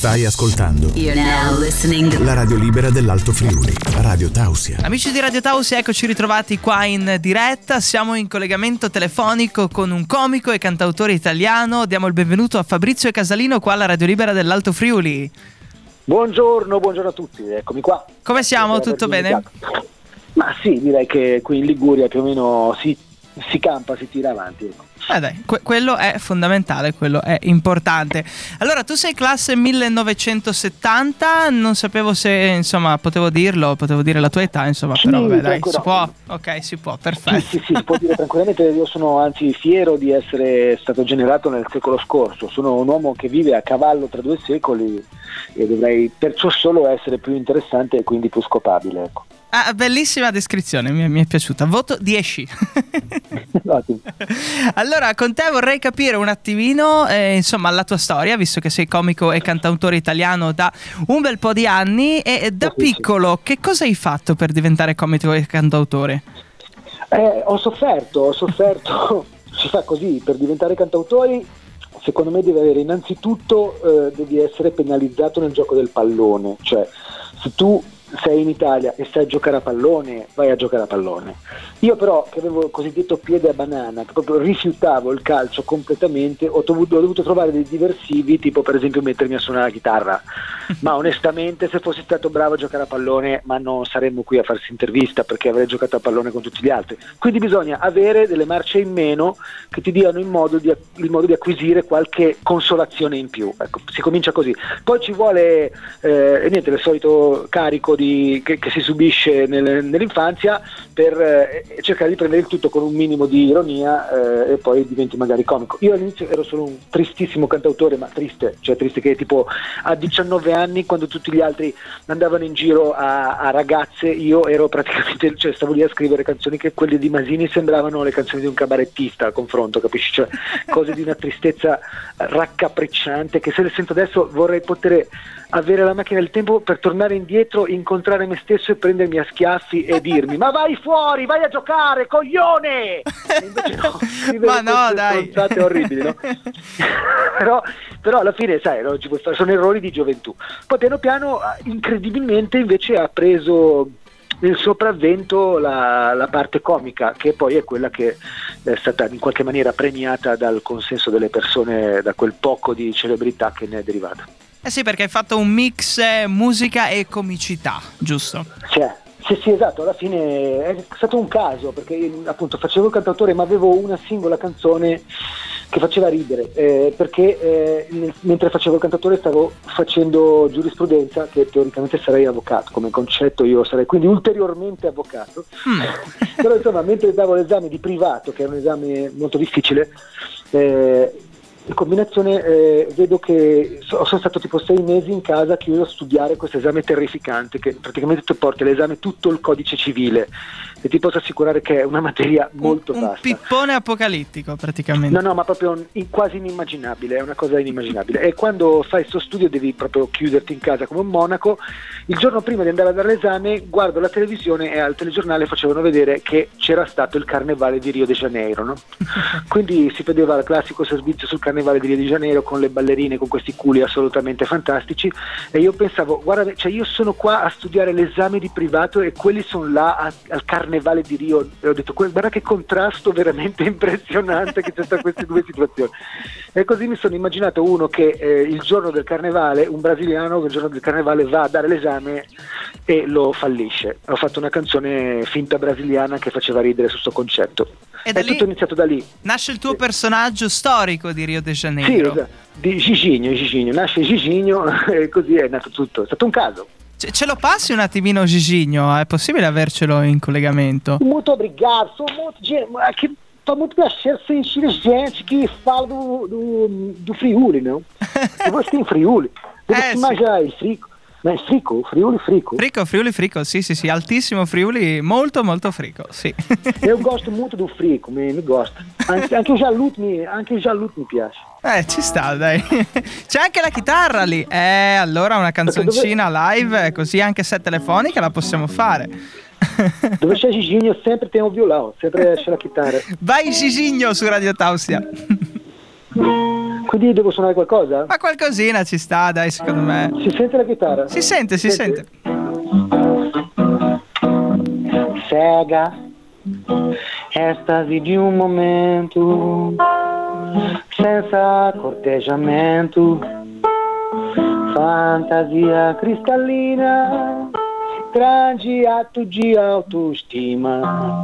Stai ascoltando You're now listening to la radio libera dell'Alto Friuli, Radio Tausia. Amici di Radio Tausia, eccoci ritrovati qua in diretta. Siamo in collegamento telefonico con un comico e cantautore italiano. Diamo il benvenuto a Fabrizio Casalino qua alla radio libera dell'Alto Friuli. Buongiorno a tutti, eccomi qua. Come siamo? Tutto bene? Ma sì, direi che qui in Liguria più o meno si campa, si tira avanti. Dai, quello è fondamentale, quello è importante. Allora, tu sei classe 1970, non sapevo se, insomma, potevo dire la tua età, insomma, sì, però vabbè, dai, si può? Ok, si può, perfetto. Sì, si può dire tranquillamente. Io sono anzi fiero di essere stato generato nel secolo scorso. Sono un uomo che vive a cavallo tra due secoli e dovrei perciò solo essere più interessante e quindi più scopabile, ecco. Ah, bellissima descrizione, mi è piaciuta. Voto 10. Ottimo. Allora, con te vorrei capire un attimino, insomma, la tua storia, visto che sei comico e cantautore italiano da un bel po' di anni. E da piccolo, che cosa hai fatto per diventare comico e cantautore? Ho sofferto. Si fa così, per diventare cantautori secondo me devi avere innanzitutto, devi essere penalizzato nel gioco del pallone. Cioè, se tu sei in Italia e sai giocare a pallone, vai a giocare a pallone. Io però, che avevo il cosiddetto piede a banana, che proprio rifiutavo il calcio completamente, ho dovuto trovare dei diversivi, tipo per esempio mettermi a suonare la chitarra. Ma onestamente, se fossi stato bravo a giocare a pallone, ma non saremmo qui a farsi intervista, perché avrei giocato a pallone con tutti gli altri. Quindi bisogna avere delle marce in meno che ti diano il modo di acquisire qualche consolazione in più. Ecco, si comincia così. Poi ci vuole il solito carico che si subisce nell'infanzia per cercare di prendere il tutto con un minimo di ironia e poi diventi magari comico. Io all'inizio ero solo un tristissimo cantautore, ma triste che tipo a 19 anni, quando tutti gli altri andavano in giro a ragazze, io ero praticamente, cioè stavo lì a scrivere canzoni che quelle di Masini sembravano le canzoni di un cabarettista a confronto, capisci? Cioè cose di una tristezza raccapricciante che se le sento adesso vorrei poter avere la macchina del tempo per tornare indietro, incontrare me stesso e prendermi a schiaffi e dirmi: ma vai fuori, vai a giocare, coglione! E invece no, ma no, dai, orribili, no? però alla fine, sai, no, sono errori di gioventù. Poi piano piano, incredibilmente, invece ha preso nel sopravvento la parte comica, che poi è quella che è stata in qualche maniera premiata dal consenso delle persone, da quel poco di celebrità che ne è derivata. Eh sì, perché hai fatto un mix musica e comicità, giusto? Sì, esatto, alla fine è stato un caso, perché appunto facevo il cantautore ma avevo una singola canzone che faceva ridere, perché mentre facevo il cantautore stavo facendo giurisprudenza, che teoricamente sarei avvocato, come concetto io sarei quindi ulteriormente avvocato, però insomma mentre davo l'esame di privato, che è un esame molto difficile, in combinazione vedo che sono stato tipo 6 mesi in casa chiuso a studiare questo esame terrificante che praticamente ti porta all'esame tutto il codice civile e ti posso assicurare che è una materia molto vasta. Un pippone apocalittico praticamente. No, ma proprio quasi inimmaginabile, è una cosa inimmaginabile. E quando fai sto studio devi proprio chiuderti in casa come un monaco. Il giorno prima di andare a dare l'esame guardo la televisione e al telegiornale facevano vedere che c'era stato il carnevale di Rio de Janeiro, no? Quindi si vedeva il classico servizio sul carnevale di Rio de Janeiro con le ballerine, con questi culi assolutamente fantastici, e io pensavo, guarda, cioè io sono qua a studiare l'esame di privato e quelli sono là al carnevale di Rio, e ho detto guarda che contrasto veramente impressionante che c'è tra queste due situazioni. E così mi sono immaginato uno che il giorno del carnevale, un brasiliano che il giorno del carnevale va a dare l'esame e lo fallisce. Ho fatto una canzone finta brasiliana che faceva ridere su questo concetto. E è tutto iniziato da lì. Nasce il tuo personaggio storico di Rio de Janeiro. Sì, esatto. Di Giginho, nasce Giginho e così è nato tutto. È stato un caso. Ce lo passi un attimino Giginho? È possibile avercelo in collegamento? Muito obrigado, sou muito que fa muito piacere sentire gente que fala do Friuli, não? E você tem Friuli? Deve mangiare il frico. Ma è frico? Friuli frico? Friuli frico, sì, altissimo Friuli, molto molto frico, sì. Eu gosto molto do frico, mi gosto. Anche il Jalut mi piace. Ci sta, dai. C'è anche la chitarra lì. Allora una canzoncina live, così anche se telefonica la possiamo fare. Dove c'è Giginho sempre tem un violão, sempre c'è la chitarra. Vai Giginho su Radio Tausia. Quindi devo suonare qualcosa? Ma qualcosina ci sta, dai, secondo me. Si sente la chitarra? Si sente. Cega, estasi di un momento, senza corteggiamento, fantasia cristallina, grande atto di autostima,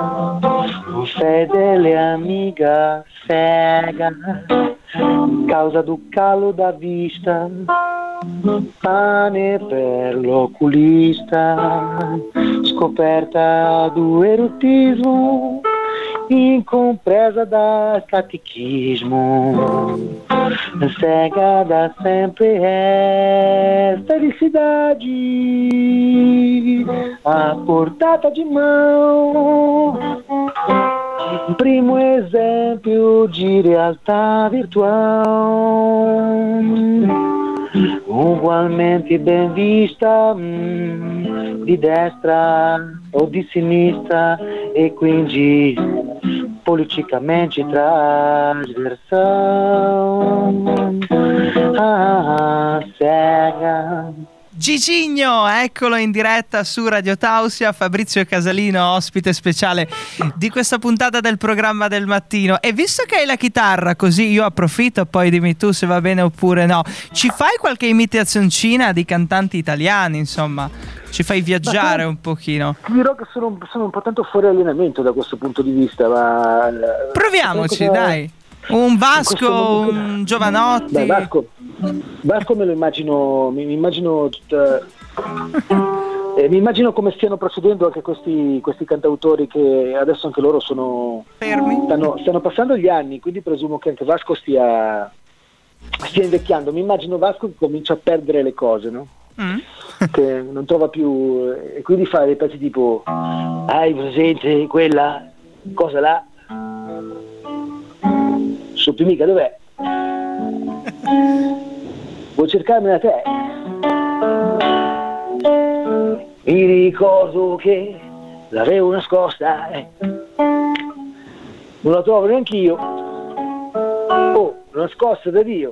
fedele amiga cega, causa do calo da vista, pane per l'oculista, scoperta do erotismo, incompresa da catequismo, cega da sempre esta felicidade, a portata de mão, primo esempio de realtà virtual, ugualmente ben vista, di destra o di sinistra e quindi politicamente trasversale. Cega. Gigigno, eccolo in diretta su Radio Tausia, Fabrizio Casalino, ospite speciale di questa puntata del programma del mattino. E visto che hai la chitarra, così io approfitto, poi dimmi tu se va bene oppure no, ci fai qualche imitazioncina di cantanti italiani, insomma, ci fai viaggiare un pochino? Ti dirò che sono un po' tanto fuori allenamento da questo punto di vista, ma proviamoci, dai. Un Vasco, un Giovanotti. Dai, Vasco me lo immagino, mi immagino mi immagino come stiano procedendo anche questi cantautori, che adesso anche loro sono fermi. Stanno passando gli anni, quindi presumo che anche Vasco stia invecchiando. Mi immagino Vasco che comincia a perdere le cose, no? Che non trova più, e quindi fa dei pezzi tipo: hai presente quella cosa là? Soppi mica, dov'è? Vuoi cercarmela te? Mi ricordo che l'avevo nascosta, non la trovo neanch'io, nascosta da Dio.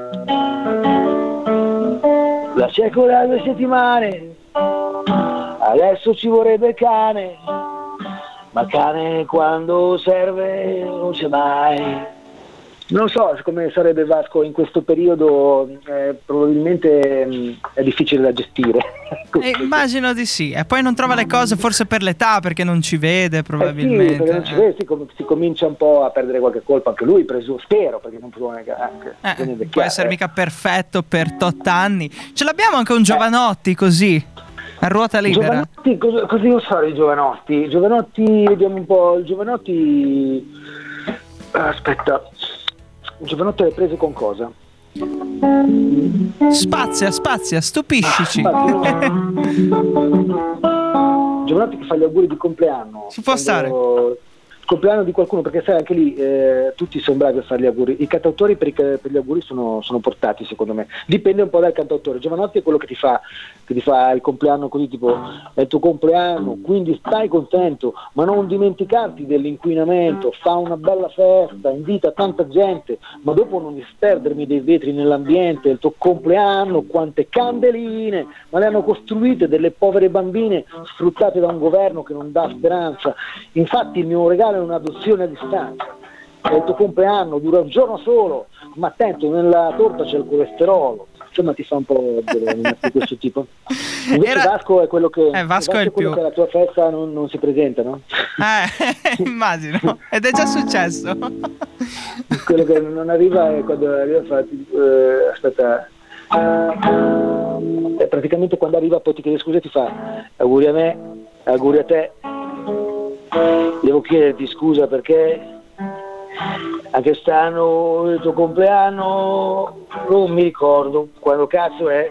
La cerco da 2 settimane, adesso ci vorrebbe il cane, ma il cane quando serve non c'è mai. Non so come sarebbe Vasco in questo periodo, probabilmente è difficile da gestire. Immagino di sì, e poi non trova le cose forse per l'età, perché non ci vede probabilmente. Sì, perché non ci vede, si comincia un po' a perdere qualche colpa anche lui, spero, perché non può può essere mica perfetto per 8 anni. Ce l'abbiamo anche un Giovanotti così, a ruota libera. Giovanotti, cosa devo fare di Giovanotti? Vediamo un po', il Giovanotti... Aspetta... Giovanotti l'hai preso con cosa? Spazia, stupiscici. Giovanotti che fa gli auguri di compleanno. Si può stare. Compleanno di qualcuno, perché sai, anche lì tutti sono bravi a fare gli auguri. I cantautori per gli auguri sono portati, secondo me. Dipende un po' dal cantautore. Giovanotti è quello che ti fa il compleanno così, tipo è il tuo compleanno, quindi stai contento, ma non dimenticarti dell'inquinamento, fa una bella festa, invita tanta gente, ma dopo non disperdermi dei vetri nell'ambiente, il tuo compleanno, quante candeline, ma le hanno costruite delle povere bambine sfruttate da un governo che non dà speranza. Infatti il mio regalo è un'adozione a distanza. Il tuo compleanno dura un giorno solo, ma attento, nella torta c'è il colesterolo. Insomma, ti fa un po' di questo tipo. Invece Vasco è quello che Vasco è il quello più che alla tua festa non si presenta, no? Immagino, ed è già successo. Quello che non arriva è quando arriva aspetta, praticamente quando arriva poi ti chiede scusa e ti fa auguri a me, auguri a te, devo chiederti scusa perché anche quest'anno il tuo compleanno non mi ricordo quando cazzo è,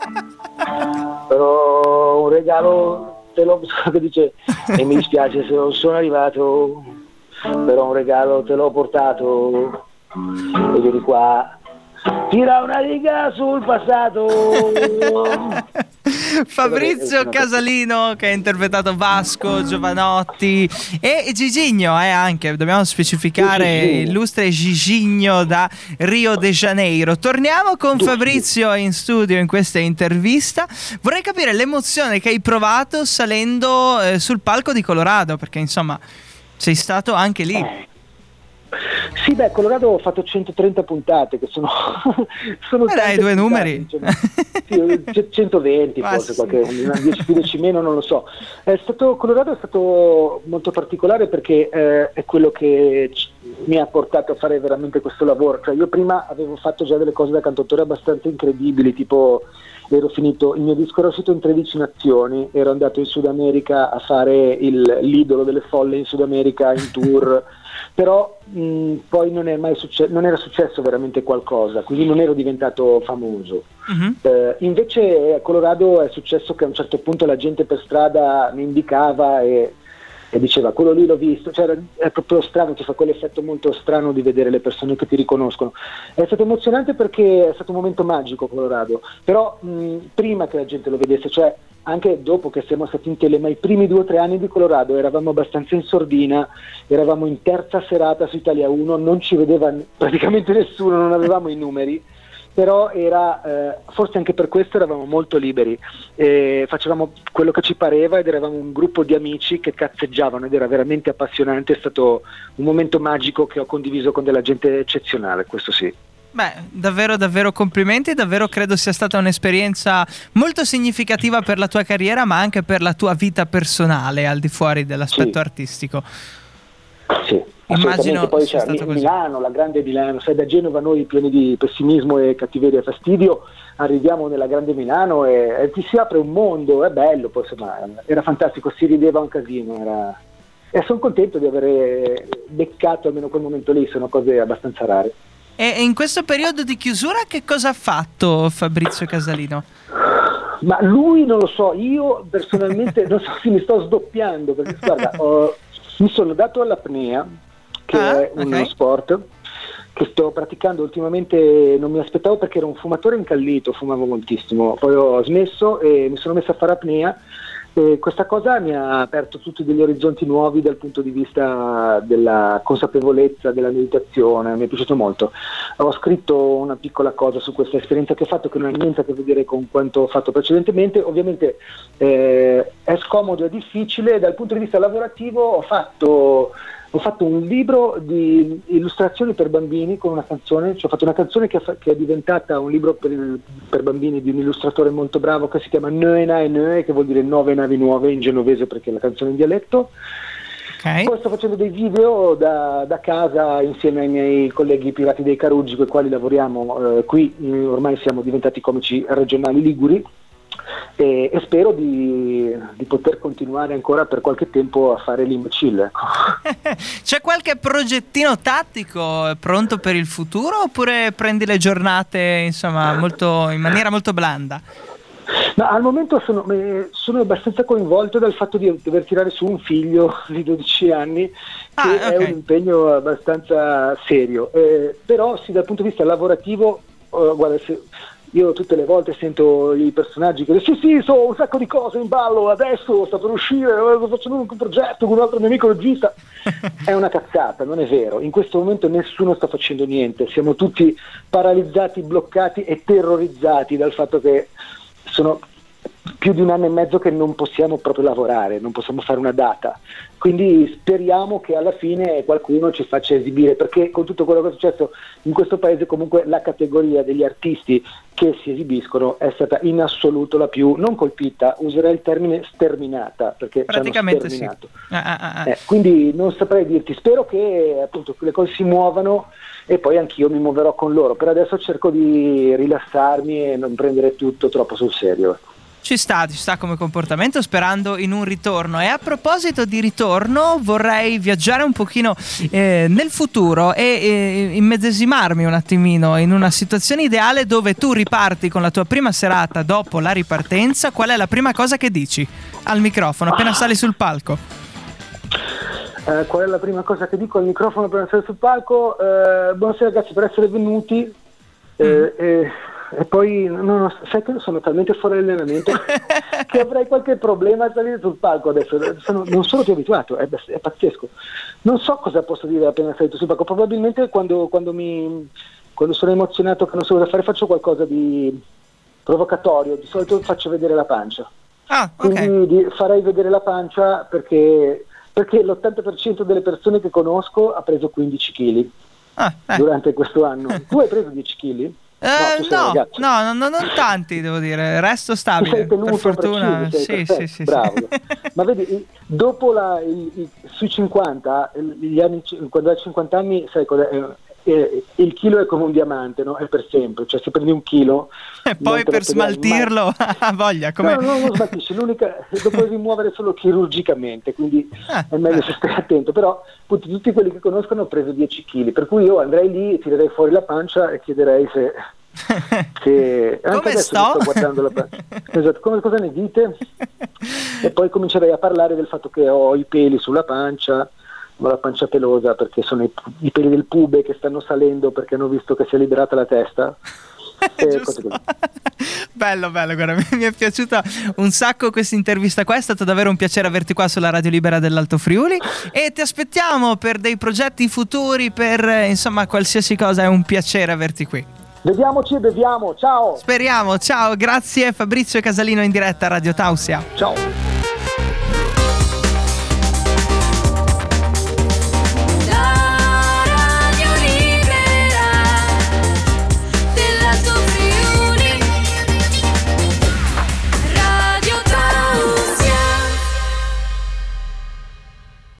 però un regalo te l'ho, che dice, e mi dispiace se non sono arrivato, però un regalo te l'ho portato e vieni qua, tira una riga sul passato. Fabrizio Casalino, che ha interpretato Vasco, Giovanotti e Gigigno, anche, dobbiamo specificare, illustre Gigigno da Rio de Janeiro. Torniamo con Fabrizio in studio in questa intervista. Vorrei capire l'emozione che hai provato salendo sul palco di Colorado, perché insomma sei stato anche lì. Sì, Colorado ho fatto 130 puntate, che sono dai, due puntate, numeri. Sì, 120 forse, qualche 10 meno, non lo so. Colorado è stato molto particolare perché è quello che mi ha portato a fare veramente questo lavoro. Cioè, io prima avevo fatto già delle cose da cantautore abbastanza incredibili, tipo ero finito, il mio disco era uscito in 13 nazioni, ero andato in Sud America a fare l'idolo delle folle in Sud America in tour, però poi non era successo veramente qualcosa, quindi non ero diventato famoso. Invece a Colorado è successo che a un certo punto la gente per strada mi indicava e diceva quello lì l'ho visto, cioè è proprio strano, ti fa quell'effetto molto strano di vedere le persone che ti riconoscono. È stato emozionante perché è stato un momento magico Colorado, però prima che la gente lo vedesse, cioè anche dopo che siamo stati in tele, ma i primi 2 o 3 anni di Colorado eravamo abbastanza in sordina, eravamo in terza serata su Italia 1, non ci vedeva praticamente nessuno, non avevamo i numeri, però era forse anche per questo eravamo molto liberi, facevamo quello che ci pareva ed eravamo un gruppo di amici che cazzeggiavano ed era veramente appassionante. È stato un momento magico che ho condiviso con della gente eccezionale, questo sì. Beh, davvero complimenti, davvero credo sia stata un'esperienza molto significativa per la tua carriera, ma anche per la tua vita personale, al di fuori dell'aspetto artistico. Sì. Immagino poi sia c'è stato così. Milano, la grande Milano, sai, da Genova noi pieni di pessimismo e cattiveria e fastidio arriviamo nella grande Milano e ti si apre un mondo, è bello, poi insomma era fantastico, si rideva un casino, e sono contento di aver beccato almeno quel momento lì, sono cose abbastanza rare. E in questo periodo di chiusura che cosa ha fatto Fabrizio Casalino? Ma lui non lo so, io personalmente non so se mi sto sdoppiando, perché guarda, mi sono dato all'apnea, che è uno sport che sto praticando ultimamente, non mi aspettavo perché ero un fumatore incallito, fumavo moltissimo, poi ho smesso e mi sono messo a fare apnea e questa cosa mi ha aperto tutti degli orizzonti nuovi dal punto di vista della consapevolezza, della meditazione, mi è piaciuto molto. Ho scritto una piccola cosa su questa esperienza che ho fatto che non ha niente a che vedere con quanto ho fatto precedentemente, ovviamente è scomodo, è difficile, dal punto di vista lavorativo ho fatto un libro di illustrazioni per bambini con una canzone, cioè ho fatto una canzone che è diventata un libro per bambini di un illustratore molto bravo che si chiama Nöe Nae Nöe, che vuol dire 9 navi nuove in genovese perché è la canzone in dialetto. Poi sto facendo dei video da casa insieme ai miei colleghi Pirati dei Caruggi con i quali lavoriamo qui, ormai siamo diventati comici regionali liguri. E spero di poter continuare ancora per qualche tempo a fare l'imbecille, ecco. C'è qualche progettino tattico pronto per il futuro oppure prendi le giornate insomma in maniera molto blanda? No, al momento sono abbastanza coinvolto dal fatto di dover tirare su un figlio di 12 anni che è un impegno abbastanza serio, però sì, dal punto di vista lavorativo guarda, io tutte le volte sento i personaggi che dicono sì, so un sacco di cose in ballo, adesso sto per uscire, sto facendo un progetto con un altro mio amico regista. È una cazzata, non è vero. In questo momento nessuno sta facendo niente, siamo tutti paralizzati, bloccati e terrorizzati dal fatto che sono più di 1 anno e mezzo che non possiamo proprio lavorare, non possiamo fare una data, quindi speriamo che alla fine qualcuno ci faccia esibire, perché con tutto quello che è successo in questo paese comunque la categoria degli artisti che si esibiscono è stata in assoluto la più, non colpita, userei il termine sterminata, perché praticamente ci hanno sterminato. Sì. Quindi non saprei dirti, spero che appunto le cose si muovano e poi anch'io mi muoverò con loro, per adesso cerco di rilassarmi e non prendere tutto troppo sul serio. Ci sta come comportamento, sperando in un ritorno. E a proposito di ritorno, vorrei viaggiare un pochino nel futuro e immedesimarmi un attimino in una situazione ideale dove tu riparti con la tua prima serata dopo la ripartenza. Qual è la prima cosa che dici al microfono appena sali sul palco? Qual è la prima cosa che dico al microfono appena sali sul palco? Buonasera ragazzi, per essere venuti. E poi sai che sono talmente fuori allenamento che avrei qualche problema a salire sul palco adesso. Non sono più abituato, è pazzesco. Non so cosa posso dire appena salito sul palco. Probabilmente quando sono emozionato che non so cosa fare faccio qualcosa di provocatorio. Di solito faccio vedere la pancia. Ah, ok. Quindi farei vedere la pancia perché l'80% delle persone che conosco ha preso 15 kg durante questo anno. Tu hai preso 10 kg? No, non tanti, devo dire. Resto stabile. Sei tenuto, per fortuna. Preciso, Sì. Bravo. Ma vedi, dopo sui 50, gli anni, quando hai 50 anni, sai cosa è? Il chilo è come un diamante, no? È per sempre, cioè se prendi un chilo e poi per smaltirlo ha voglia. No, non smaltisci, lo puoi rimuovere solo chirurgicamente, quindi è meglio se stai attento. Però appunto, tutti quelli che conoscono hanno preso 10 kg, per cui io andrei lì, tirerei fuori la pancia e chiederei se anche come adesso sto guardando la pancia. Esatto, cosa ne dite? E poi comincerei a parlare del fatto che ho i peli sulla pancia, ho la pancia pelosa perché sono i peli del pube che stanno salendo perché hanno visto che si è liberata la testa. Bello, guarda, mi è piaciuta un sacco questa intervista qua, è stato davvero un piacere averti qua sulla Radio Libera dell'Alto Friuli e ti aspettiamo per dei progetti futuri, per insomma qualsiasi cosa, è un piacere averti qui. Vediamoci e beviamo, ciao! Speriamo, ciao, grazie Fabrizio Casalino in diretta a Radio Tausia. Ciao!